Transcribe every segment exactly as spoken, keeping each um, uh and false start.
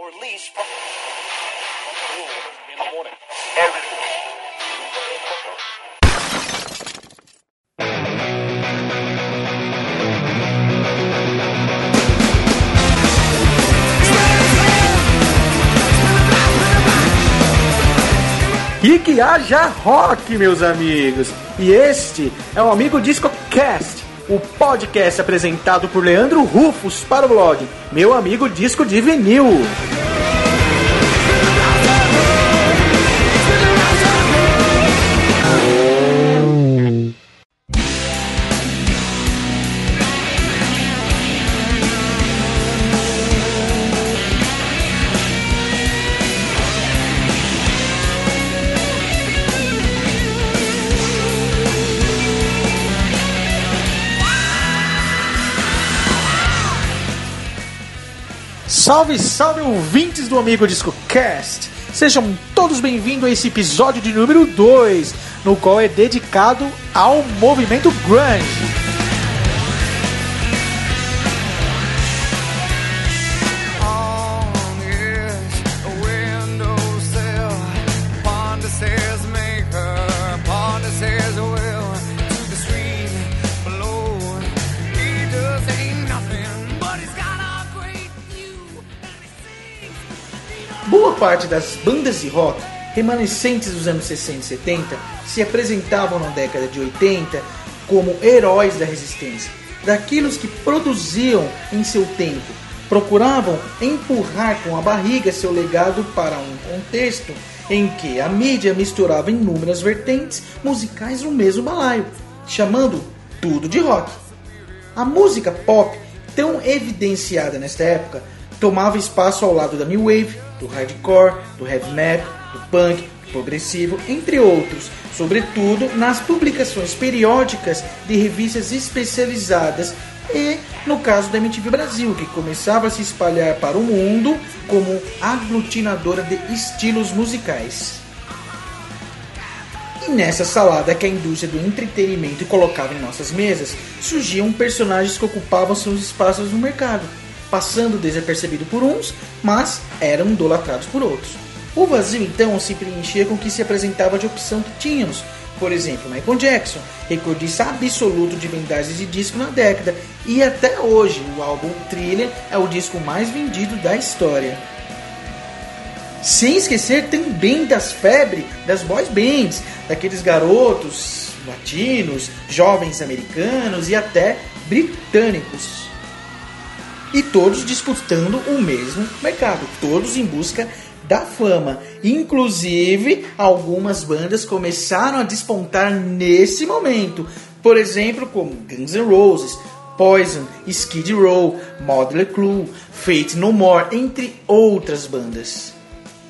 release from in the morning. E que haja rock, meus amigos! E este é o Amigo Disco Cast, o podcast apresentado por Leandro Rufus para o blog Meu Amigo Disco de Vinil. Salve, salve, ouvintes do Amigo Disco Cast! Sejam todos bem-vindos a esse episódio de número dois, no qual é dedicado ao movimento grunge. Boa parte das bandas de rock remanescentes dos anos sessenta e setenta se apresentavam na década de oitenta como heróis da resistência, daqueles que produziam em seu tempo, procuravam empurrar com a barriga seu legado para um contexto em que a mídia misturava inúmeras vertentes musicais no mesmo balaio, chamando tudo de rock. A música pop, tão evidenciada nesta época, tomava espaço ao lado da New Wave, do hardcore, do heavy metal, do punk, do progressivo, entre outros, sobretudo nas publicações periódicas de revistas especializadas e no caso da M T V Brasil, que começava a se espalhar para o mundo como aglutinadora de estilos musicais. E nessa salada que a indústria do entretenimento colocava em nossas mesas, surgiam personagens que ocupavam seus espaços no mercado, passando desapercebido por uns, mas eram idolatrados por outros. O vazio então se preenchia com o que se apresentava de opção que tínhamos. Por exemplo, Michael Jackson, recordista absoluto de vendagens de disco na década, e até hoje o álbum Thriller é o disco mais vendido da história. Sem esquecer também das febres das boys bands, daqueles garotos latinos, jovens americanos e até britânicos. E todos disputando o mesmo mercado, todos em busca da fama. Inclusive, algumas bandas começaram a despontar nesse momento. Por exemplo, como Guns N' Roses, Poison, Skid Row, Mötley Crüe, Faith No More, entre outras bandas.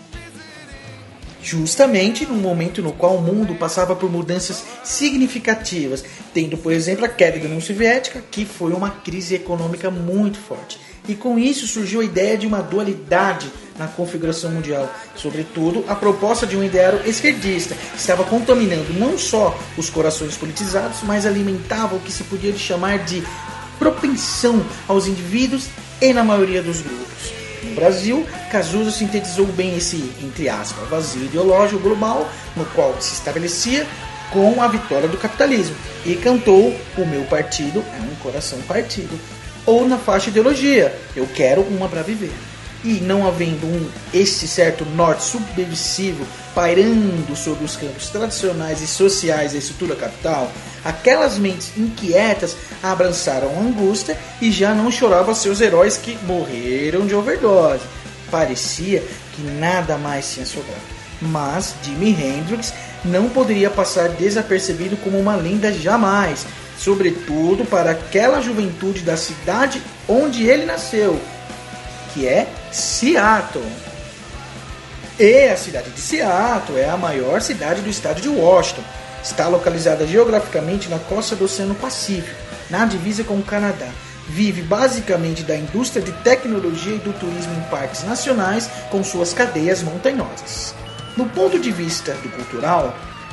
Justamente no momento no qual o mundo passava por mudanças significativas, tendo, por exemplo, a queda da União Soviética, que foi uma crise econômica muito forte. E com isso surgiu a ideia de uma dualidade na configuração mundial, sobretudo a proposta de um ideário esquerdista, que estava contaminando não só os corações politizados, mas alimentava o que se podia chamar de propensão aos indivíduos e na maioria dos grupos. No Brasil, Cazuza sintetizou bem esse, entre aspas, vazio ideológico global, no qual se estabelecia com a vitória do capitalismo, e cantou O Meu Partido é um Coração Partido, ou na faixa ideologia, Eu Quero Uma Pra Viver. E não havendo um este certo norte subversivo pairando sobre os campos tradicionais e sociais da estrutura capital, aquelas mentes inquietas abraçaram a angústia e já não choravam seus heróis que morreram de overdose. Parecia que nada mais tinha sobrado. Mas Jimi Hendrix não poderia passar desapercebido como uma lenda jamais, sobretudo para aquela juventude da cidade onde ele nasceu, que é Seattle. E a cidade de Seattle é a maior cidade do estado de Washington. Está localizada geograficamente na costa do Oceano Pacífico, na divisa com o Canadá. Vive basicamente da indústria de tecnologia e do turismo em parques nacionais com suas cadeias montanhosas. No ponto de vista do cultural,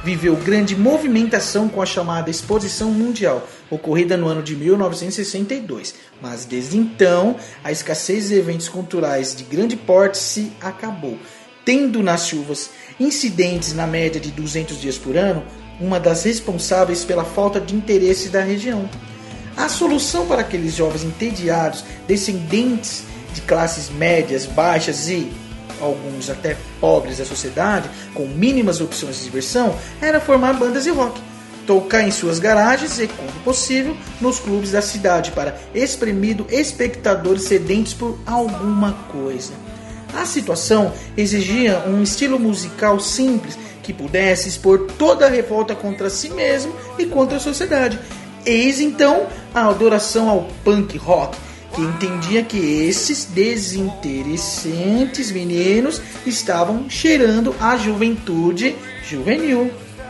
viveu grande movimentação com a chamada Exposição Mundial, ocorrida no ano de mil novecentos e sessenta e dois. Mas desde então, a escassez de eventos culturais de grande porte se acabou, tendo nas chuvas incidentes na média de duzentos dias por ano, uma das responsáveis pela falta de interesse da região. A solução para aqueles jovens entediados, descendentes de classes médias, baixas e alguns até pobres da sociedade, com mínimas opções de diversão, era formar bandas de rock, tocar em suas garagens e, quando possível, nos clubes da cidade para espremido espectadores sedentos por alguma coisa. A situação exigia um estilo musical simples que pudesse expor toda a revolta contra si mesmo e contra a sociedade. Eis então a adoração ao punk rock, que entendia que esses desinteressantes meninos estavam cheirando a juventude juvenil.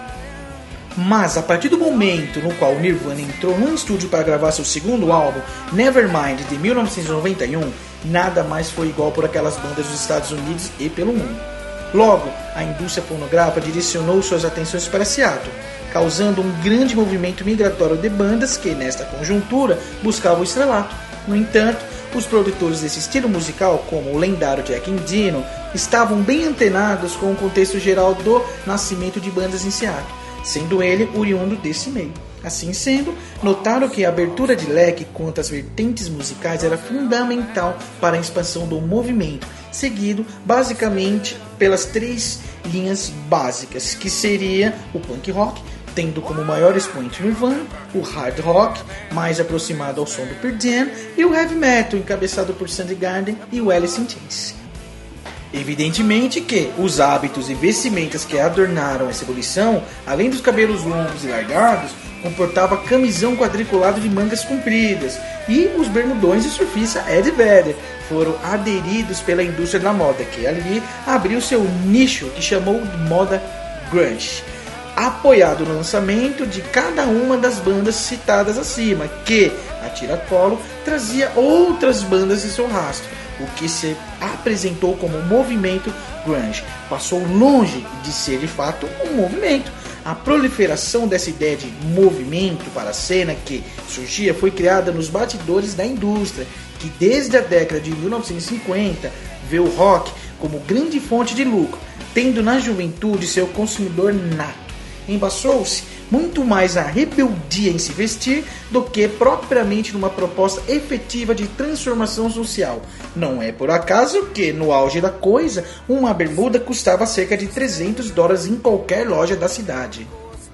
Mas a partir do momento no qual o Nirvana entrou num estúdio para gravar seu segundo álbum, Nevermind, de mil novecentos e noventa e um, nada mais foi igual por aquelas bandas dos Estados Unidos e pelo mundo. Logo, a indústria fonográfica direcionou suas atenções para Seattle, causando um grande movimento migratório de bandas que, nesta conjuntura, buscavam o estrelato. No entanto, os produtores desse estilo musical, como o lendário Jack Endino, estavam bem antenados com o contexto geral do nascimento de bandas em Seattle, sendo ele oriundo desse meio. Assim sendo, notaram que a abertura de leque quanto às vertentes musicais era fundamental para a expansão do movimento, seguido basicamente pelas três linhas básicas, que seria o punk rock, tendo como maior expoente o Nirvana, o hard rock, mais aproximado ao som do Pearl Jam, e o heavy metal, encabeçado por Soundgarden e o Alice in Chains. Evidentemente que os hábitos e vestimentas que adornaram essa ebulição, além dos cabelos longos e largados, comportava camisão quadriculado de mangas compridas, e os bermudões de surfista Eddie Vedder foram aderidos pela indústria da moda, que ali abriu seu nicho que chamou de moda grunge, apoiado no lançamento de cada uma das bandas citadas acima, que, a tiracolo, trazia outras bandas em seu rastro, o que se apresentou como movimento grunge. Passou longe de ser de fato um movimento. A proliferação dessa ideia de movimento para a cena que surgia foi criada nos bastidores da indústria, que desde a década de mil novecentos e cinquenta vê o rock como grande fonte de lucro, tendo na juventude seu consumidor nato. Embaçou-se muito mais na rebeldia em se vestir do que propriamente numa proposta efetiva de transformação social. Não é por acaso que, no auge da coisa, uma bermuda custava cerca de trezentos dólares em qualquer loja da cidade.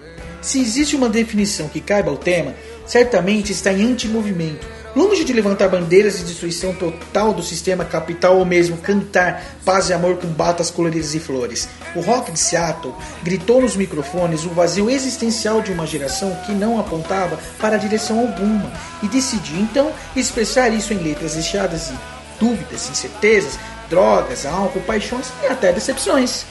Se existe uma definição que caiba ao tema, certamente está em antimovimento. Longe de levantar bandeiras de destruição total do sistema capital ou mesmo cantar paz e amor com batas coloridas e flores, o rock de Seattle gritou nos microfones o vazio existencial de uma geração que não apontava para direção alguma e decidiu então expressar isso em letras recheadas de dúvidas, incertezas, drogas, álcool, paixões e até decepções.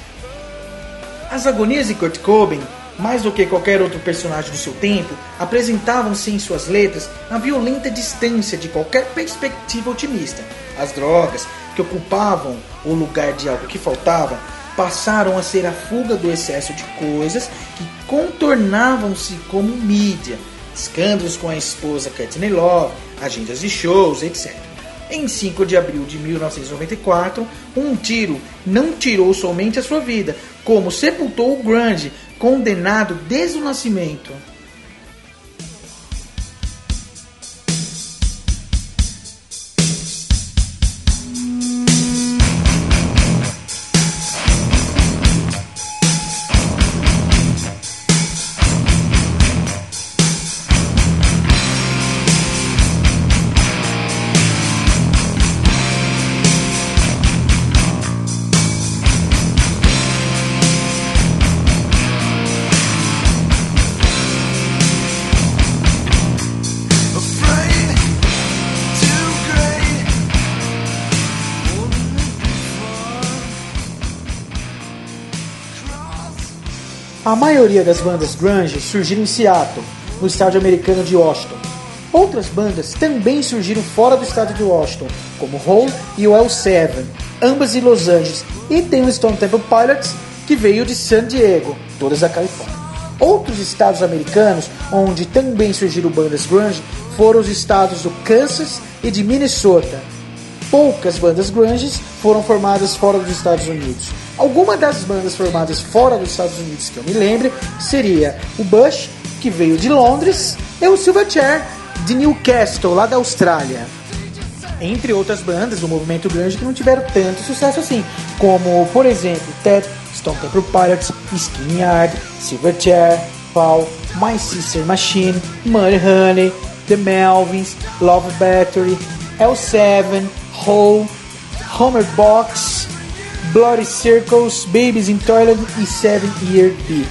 As agonias de Kurt Cobain, mais do que qualquer outro personagem do seu tempo, apresentavam-se em suas letras a violenta distância de qualquer perspectiva otimista. As drogas, que ocupavam o lugar de algo que faltava, passaram a ser a fuga do excesso de coisas que contornavam-se como mídia, escândalos com a esposa Courtney Love, agendas de shows, etcétera. Em cinco de abril de mil novecentos e noventa e quatro, um tiro não tirou somente a sua vida, como sepultou o grunge, condenado desde o nascimento. A maioria das bandas grunge surgiram em Seattle, no estado americano de Washington. Outras bandas também surgiram fora do estado de Washington, como Hole e o L sete, ambas em Los Angeles, e tem o Stone Temple Pilots, que veio de San Diego, todas da Califórnia. Outros estados americanos onde também surgiram bandas grunge foram os estados do Kansas e de Minnesota. Poucas bandas grunge foram formadas fora dos Estados Unidos. Alguma das bandas formadas fora dos Estados Unidos que eu me lembro seria o Bush, que veio de Londres, e o Silverchair, de Newcastle, lá da Austrália. Entre outras bandas do movimento grunge que não tiveram tanto sucesso assim, como, por exemplo, Ted, Stone Temple Pilots, Skin Yard, Silverchair, Paul, My Sister Machine, Mudhoney, The Melvins, Love Battery, L seven, Hole, Homer Box, Bloody Circles, Babies in Toilet e Seven Year Beat.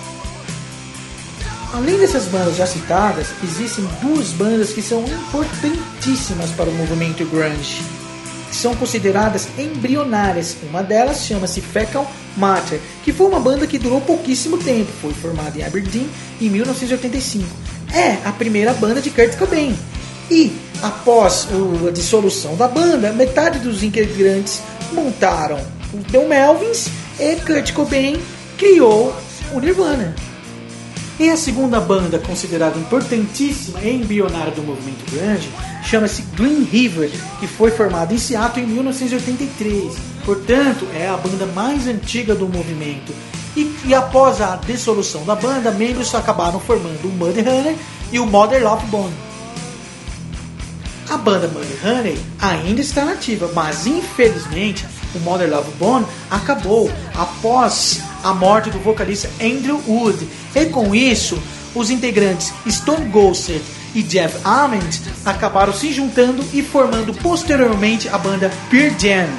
Além dessas bandas já citadas, existem duas bandas que são importantíssimas para o movimento grunge, que são consideradas embrionárias. Uma delas chama-se Fecal Matter, que foi uma banda que durou pouquíssimo tempo, foi formada em Aberdeen em mil novecentos e oitenta e cinco. É a primeira banda de Kurt Cobain. E, após a dissolução da banda, metade dos integrantes montaram o The Melvins e Kurt Cobain criou o Nirvana. E a segunda banda considerada importantíssima e embrionária do movimento grunge chama-se Green River, que foi formada em Seattle em mil novecentos e oitenta e três. Portanto, é a banda mais antiga do movimento. E, e após a dissolução da banda, membros acabaram formando o Mudhoney e o Mother Love Bone. A banda Mudhoney ainda está nativa, mas infelizmente o Mother Love Bone acabou após a morte do vocalista Andrew Wood. E com isso, os integrantes Stone Gossard e Jeff Ament acabaram se juntando e formando posteriormente a banda Pearl Jam.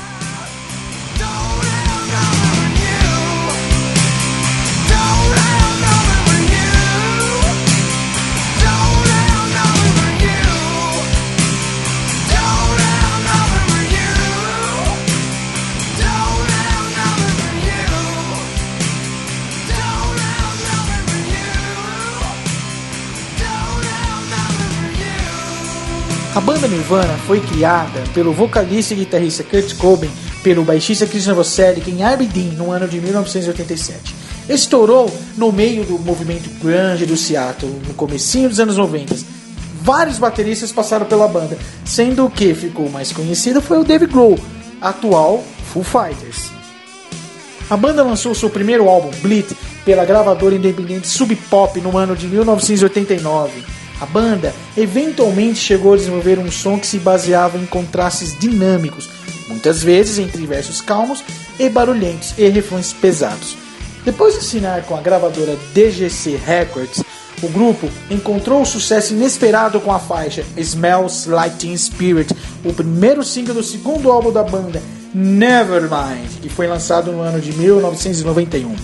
A banda Nirvana foi criada pelo vocalista e guitarrista Kurt Cobain, pelo baixista Chris Novoselic em Aberdeen no ano de mil novecentos e oitenta e sete. Estourou no meio do movimento grunge do Seattle, no comecinho dos anos noventa. Vários bateristas passaram pela banda, sendo o que ficou mais conhecido foi o Dave Grohl, atual Foo Fighters. A banda lançou seu primeiro álbum, Bleed, pela gravadora independente Sub Pop no ano de mil novecentos e oitenta e nove. A banda eventualmente chegou a desenvolver um som que se baseava em contrastes dinâmicos, muitas vezes entre versos calmos e barulhentos e refrões pesados. Depois de assinar com a gravadora D G C Records, o grupo encontrou um sucesso inesperado com a faixa Smells Like Teen Spirit, o primeiro single do segundo álbum da banda, Nevermind, que foi lançado no ano de mil novecentos e noventa e um.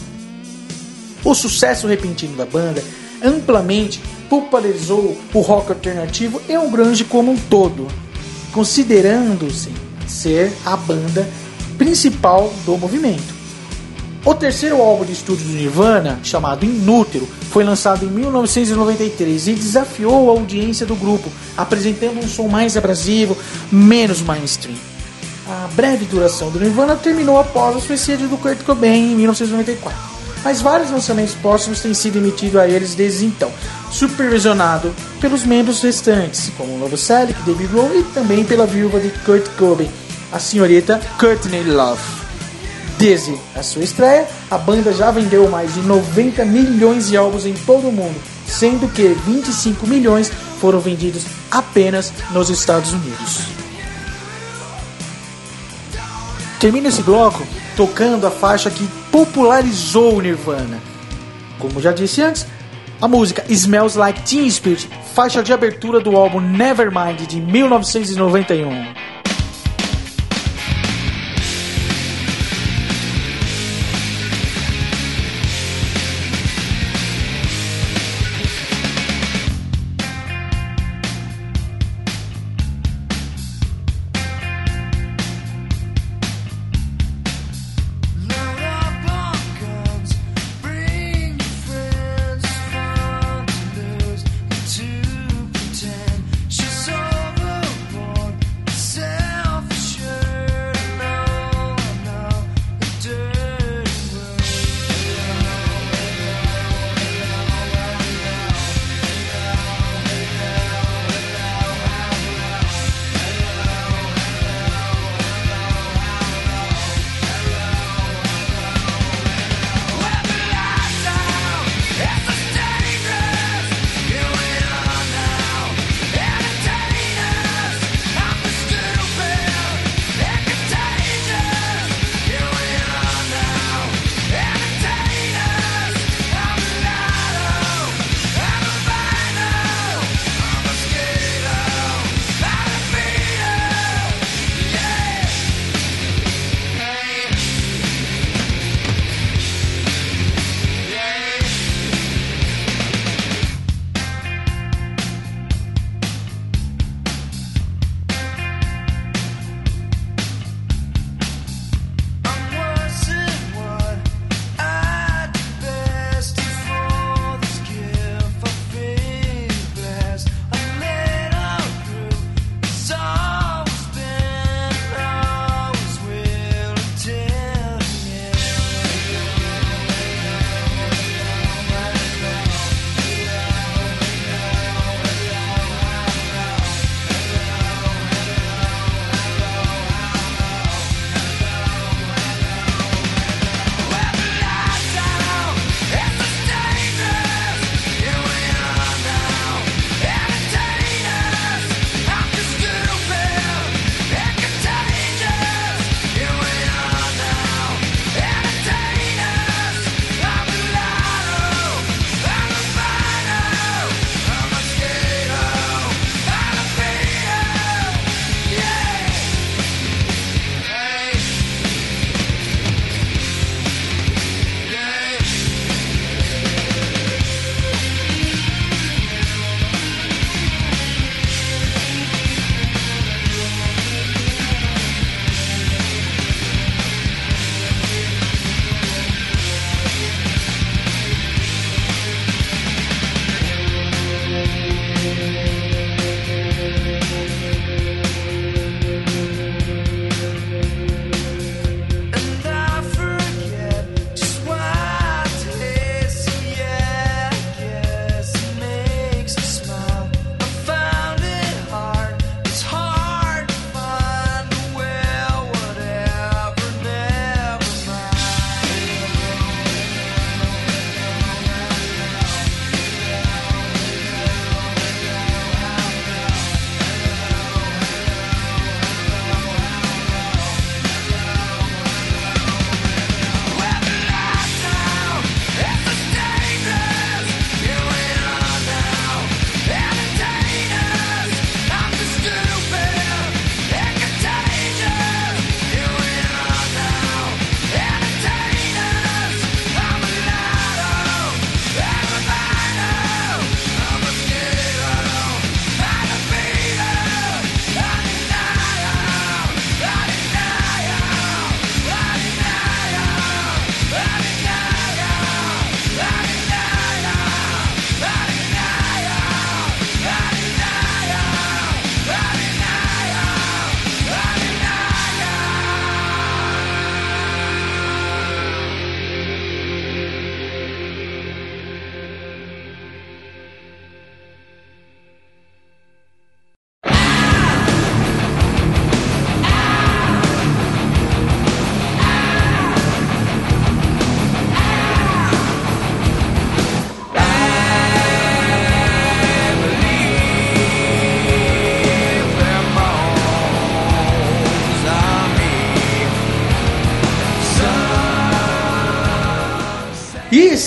O sucesso repentino da banda amplamente popularizou o rock alternativo e o grunge como um todo, considerando-se ser a banda principal do movimento. O terceiro álbum de estúdio do Nirvana, chamado Inútero, foi lançado em mil novecentos e noventa e três e desafiou a audiência do grupo, apresentando um som mais abrasivo, menos mainstream. A breve duração do Nirvana terminou após o suicídio do Kurt Cobain em mil novecentos e noventa e quatro. Mas vários lançamentos póstumos têm sido emitidos a eles desde então, supervisionado pelos membros restantes, como Novoselic, Dave Grohl e também pela viúva de Kurt Cobain, a senhorita Courtney Love. Desde a sua estreia, a banda já vendeu mais de noventa milhões de álbuns em todo o mundo, sendo que vinte e cinco milhões foram vendidos apenas nos Estados Unidos. Termina esse bloco tocando a faixa que popularizou o Nirvana. Como já disse antes, a música Smells Like Teen Spirit, faixa de abertura do álbum Nevermind de mil novecentos e noventa e um. Say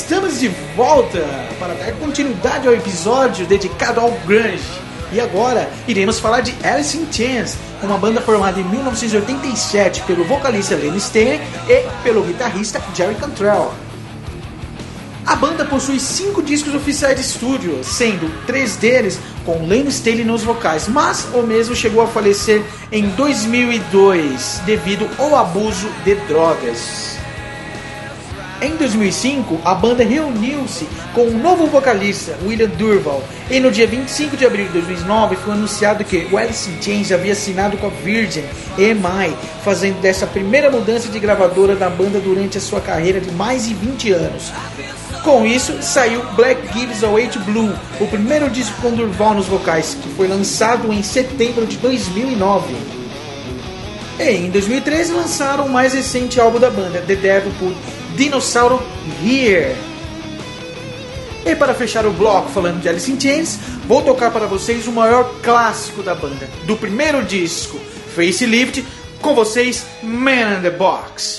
estamos de volta para dar continuidade ao episódio dedicado ao grunge. E agora iremos falar de Alice in Chains, uma banda formada em mil novecentos e oitenta e sete pelo vocalista Len Staley e pelo guitarrista Jerry Cantrell. A banda possui cinco discos oficiais de estúdio, sendo três deles com Len Staley nos vocais, mas o mesmo chegou a falecer em dois mil e dois devido ao abuso de drogas. Em dois mil e cinco, a banda reuniu-se com um novo vocalista, William Durval, e no dia vinte e cinco de abril de dois mil e nove foi anunciado que o Alice in Chains havia assinado com a Virgin E M I, fazendo dessa a primeira mudança de gravadora da banda durante a sua carreira de mais de vinte anos. Com isso, saiu Black Gives Away to Blue, o primeiro disco com Durval nos vocais, que foi lançado em setembro de dois mil e nove. E em dois mil e treze lançaram o mais recente álbum da banda, The Devil Put Dinosaur Here. E para fechar o bloco falando de Alice in Chains, vou tocar para vocês o maior clássico da banda, do primeiro disco, Facelift, com vocês, Man in the Box.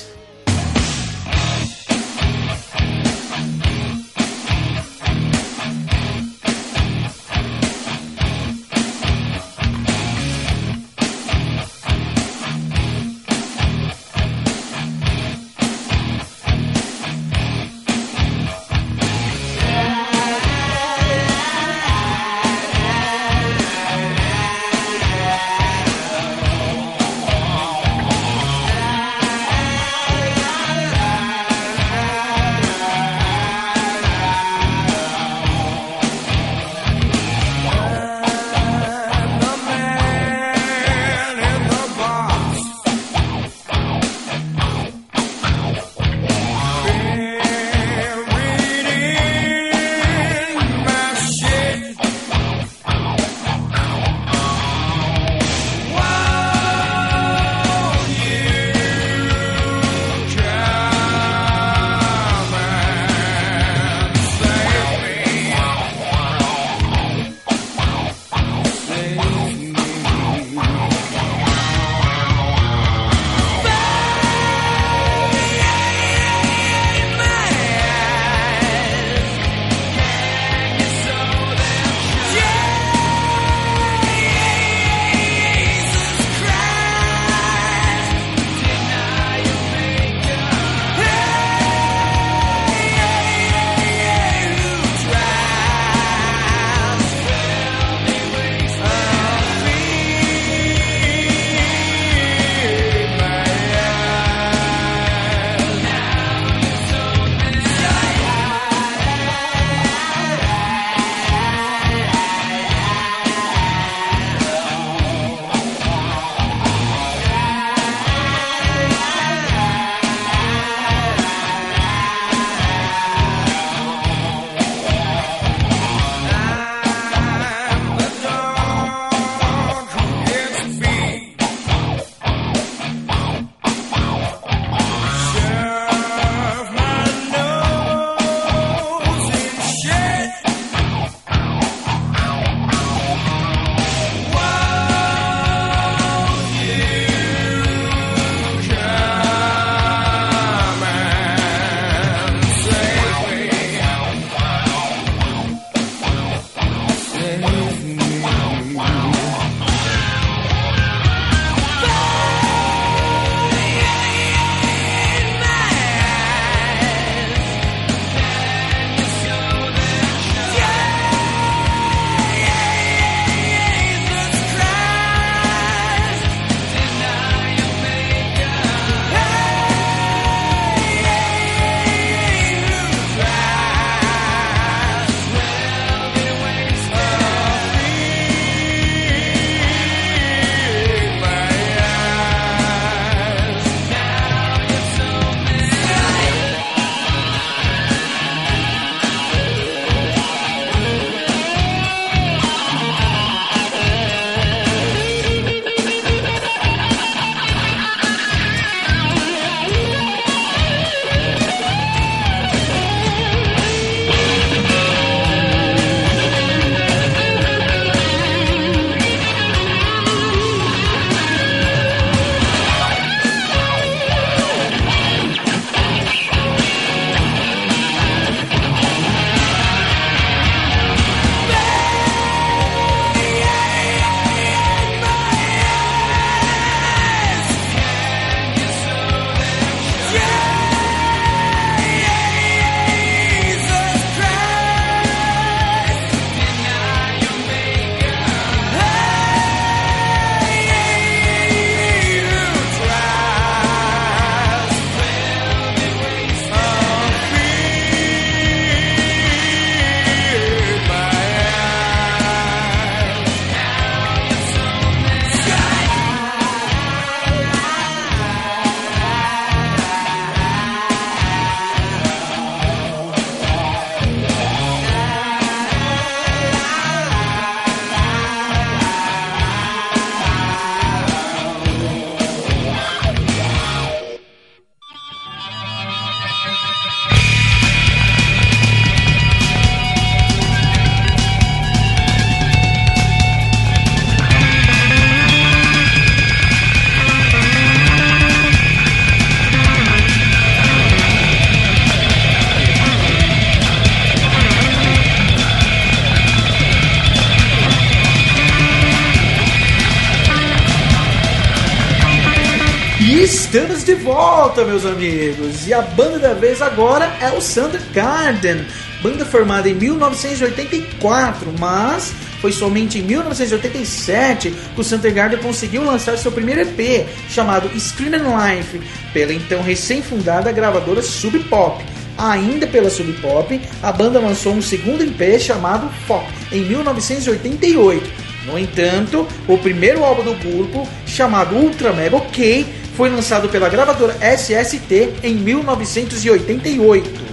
Estamos de volta, meus amigos, e a banda da vez agora é o Soundgarden, banda formada em mil novecentos e oitenta e quatro, mas foi somente em mil novecentos e oitenta e sete que o Soundgarden conseguiu lançar seu primeiro E P, chamado Screamin' Life, pela então recém-fundada gravadora Sub Pop. Ainda pela Sub Pop, a banda lançou um segundo E P chamado Fop, em mil novecentos e oitenta e oito. No entanto, o primeiro álbum do grupo, chamado Ultra Mega OK, foi lançado pela gravadora S S T em mil novecentos e oitenta e oito.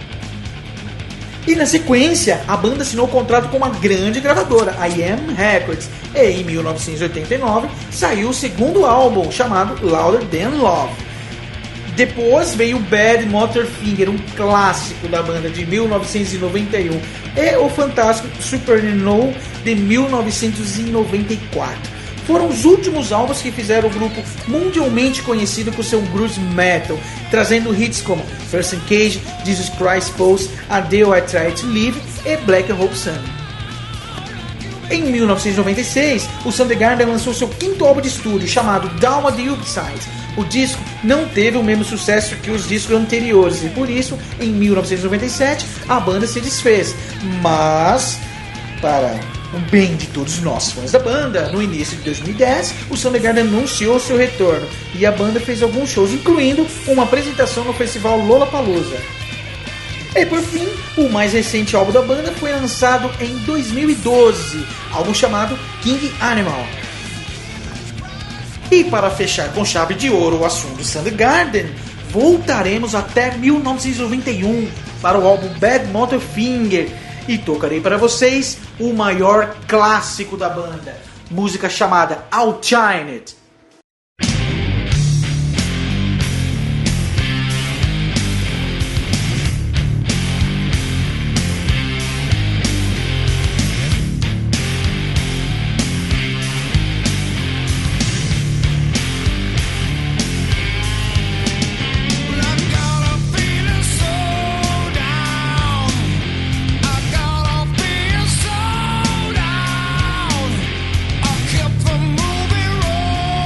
E na sequência, a banda assinou contrato com uma grande gravadora, a I M Records, e em mil novecentos e oitenta e nove saiu o segundo álbum, chamado Louder Than Love. Depois veio Bad Motorfinger, um clássico da banda de mil novecentos e noventa e um, e o fantástico Supernova de mil novecentos e noventa e quatro. Foram os últimos álbuns que fizeram o grupo mundialmente conhecido por seu grunge metal, trazendo hits como First Cage, Jesus Christ Pose, A Day I Try to Live e Black Hole Sun. Em mil novecentos e noventa e seis, o Soundgarden lançou seu quinto álbum de estúdio, chamado Down at the Upside. O disco não teve o mesmo sucesso que os discos anteriores e por isso, em mil novecentos e noventa e sete, a banda se desfez. Mas, para o bem de todos nós fãs da banda, no início de dois mil e dez, o Soundgarden anunciou seu retorno e a banda fez alguns shows, incluindo uma apresentação no festival Lollapalooza. E por fim, o mais recente álbum da banda foi lançado em dois mil e doze, álbum chamado King Animal. E para fechar com chave de ouro o assunto do Soundgarden, voltaremos até mil novecentos e noventa e um para o álbum Bad Motorfinger e tocarei para vocês o maior clássico da banda, música chamada Outshine It. Moving road.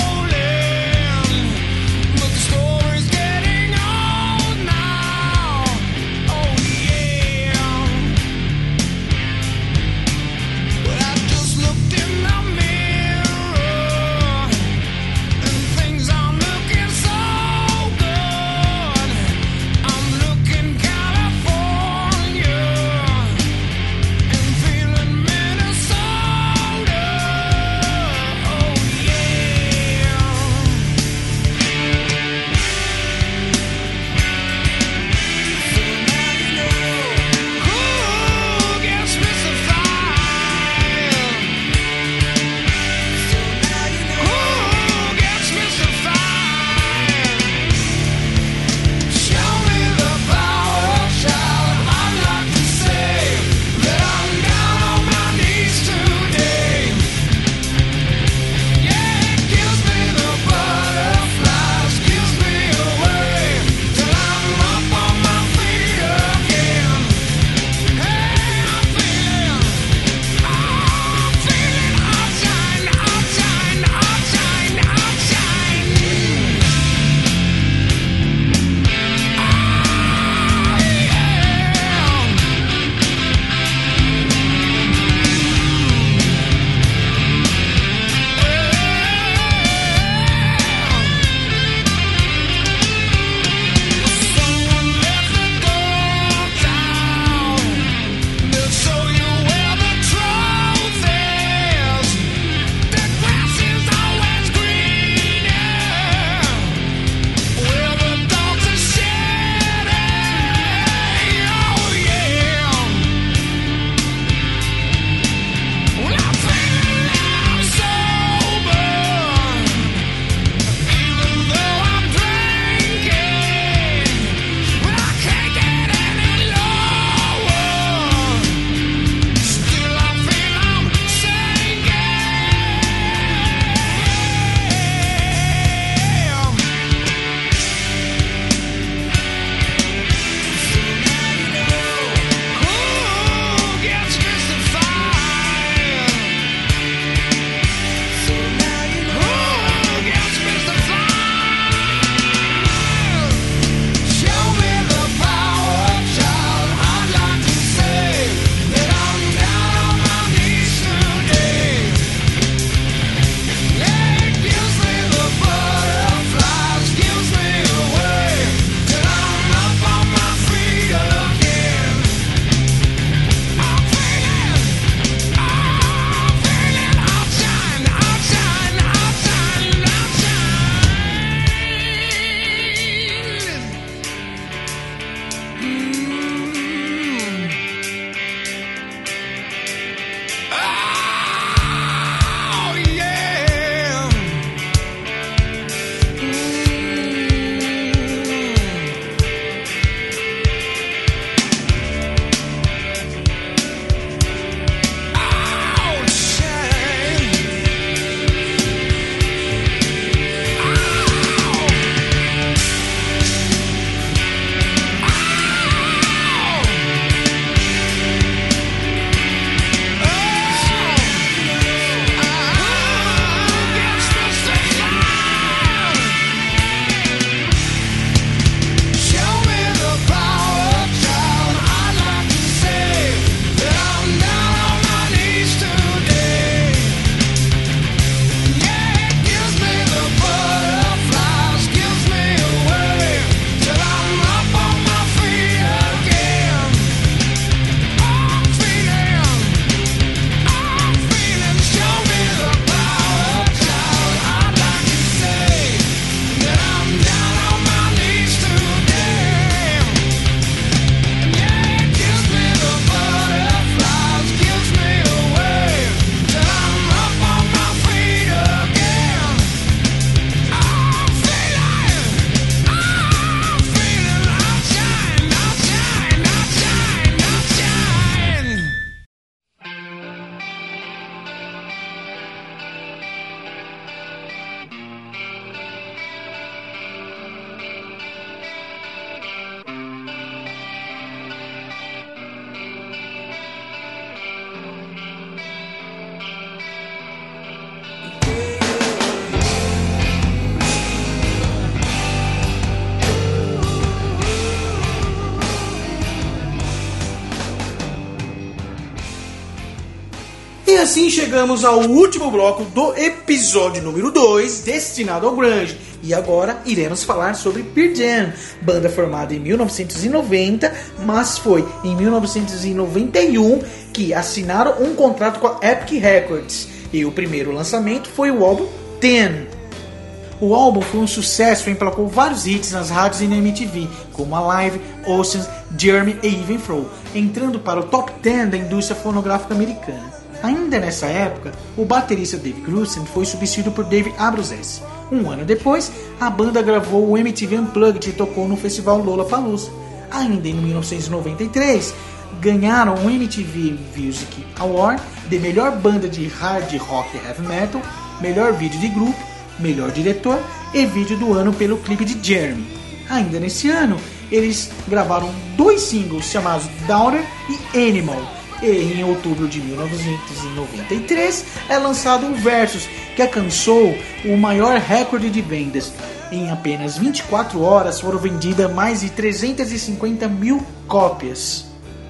assim chegamos ao último bloco do episódio número dois, destinado ao grunge. E agora iremos falar sobre Pearl Jam, banda formada em mil novecentos e noventa, mas foi em mil novecentos e noventa e um que assinaram um contrato com a Epic Records. E o primeiro lançamento foi o álbum Ten. O álbum foi um sucesso e emplacou vários hits nas rádios e na M T V, como Alive, Oceans, Jeremy e Even Flow, entrando para o top dez da indústria fonográfica americana. Ainda nessa época, o baterista Dave Grusin foi substituído por Dave Abruzzese. Um ano depois, a banda gravou o M T V Unplugged e tocou no festival Lollapalooza. Ainda em mil novecentos e noventa e três, ganharam o M T V Music Award de melhor banda de hard rock e heavy metal, melhor vídeo de grupo, melhor diretor e vídeo do ano pelo clipe de Jeremy. Ainda nesse ano, eles gravaram dois singles chamados Daughter e Animal. E em outubro de mil novecentos e noventa e três é lançado o Versus, que alcançou o maior recorde de vendas. Em apenas vinte e quatro horas foram vendidas mais de trezentas e cinquenta mil cópias.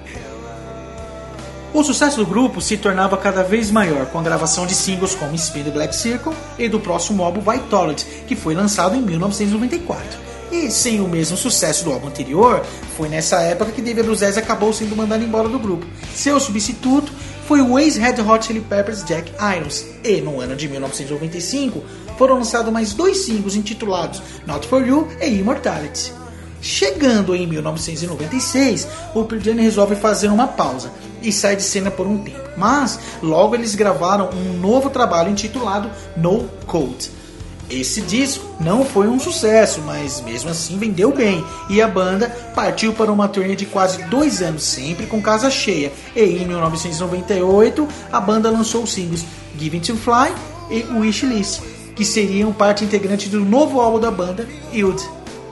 O sucesso do grupo se tornava cada vez maior com a gravação de singles como Spin the Black Circle e do próximo álbum Vitalogy, que foi lançado em mil novecentos e noventa e quatro. E sem o mesmo sucesso do álbum anterior, foi nessa época que Dave Abruzzese acabou sendo mandado embora do grupo. Seu substituto foi o ex-Red Hot Chili Peppers Jack Irons. E no ano de mil novecentos e noventa e cinco foram lançados mais dois singles intitulados Not For You e Immortality. Chegando em mil novecentos e noventa e seis, o Pearl Jam resolve fazer uma pausa e sai de cena por um tempo. Mas logo eles gravaram um novo trabalho intitulado No Code. Esse disco não foi um sucesso, mas mesmo assim vendeu bem, e a banda partiu para uma turnê de quase dois anos, sempre com casa cheia. E em mil novecentos e noventa e oito, a banda lançou os singles Given to Fly e Wishlist, que seriam parte integrante do novo álbum da banda, Yield.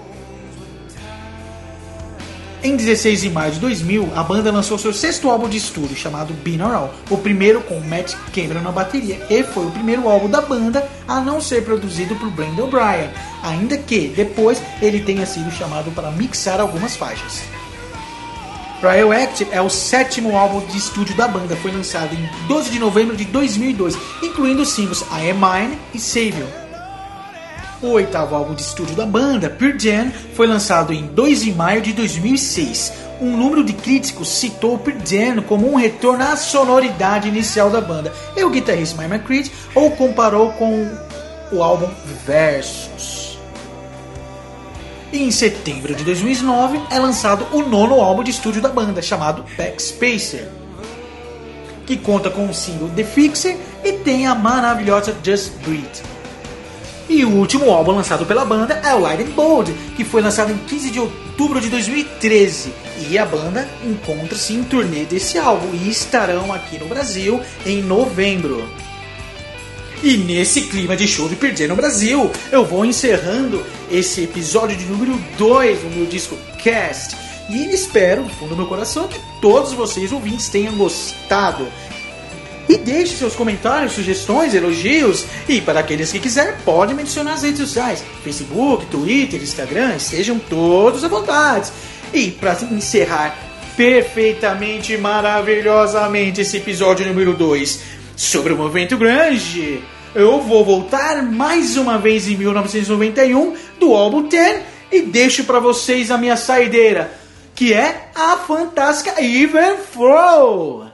Em dezesseis de maio de dois mil, a banda lançou seu sexto álbum de estúdio, chamado Binaural, o primeiro com Matt Cameron na bateria, e foi o primeiro álbum da banda a não ser produzido por Brendan O'Brien, ainda que depois ele tenha sido chamado para mixar algumas faixas. Radioactive é o sétimo álbum de estúdio da banda, foi lançado em doze de novembro de dois mil e dois, incluindo os singles I Am Mine e Savior. O oitavo álbum de estúdio da banda, Pearl Jam, foi lançado em dois de maio de dois mil e seis. Um número de críticos citou Pearl Jam como um retorno à sonoridade inicial da banda, e o guitarrista Mike McCready o comparou com o álbum Versus. E em setembro de dois mil e nove é lançado o nono álbum de estúdio da banda, chamado Backspacer, que conta com o single The Fixer e tem a maravilhosa Just Breathe. E o último álbum lançado pela banda é o Light and Bold, que foi lançado em quinze de outubro de dois mil e treze. E a banda encontra-se em turnê desse álbum e estarão aqui no Brasil em novembro. E nesse clima de show de Pearl Jam no Brasil, eu vou encerrando esse episódio de número dois do meu disco Cast. E espero, do fundo do meu coração, que todos vocês ouvintes tenham gostado. E deixe seus comentários, sugestões, elogios. E para aqueles que quiserem, pode me adicionar nas redes sociais. Facebook, Twitter, Instagram, estejam todos à vontade. E para encerrar perfeitamente, maravilhosamente esse episódio número dois sobre o movimento grunge, eu vou voltar mais uma vez em mil novecentos e noventa e um do álbum Ten e deixo para vocês a minha saideira, que é a fantástica Even Flow.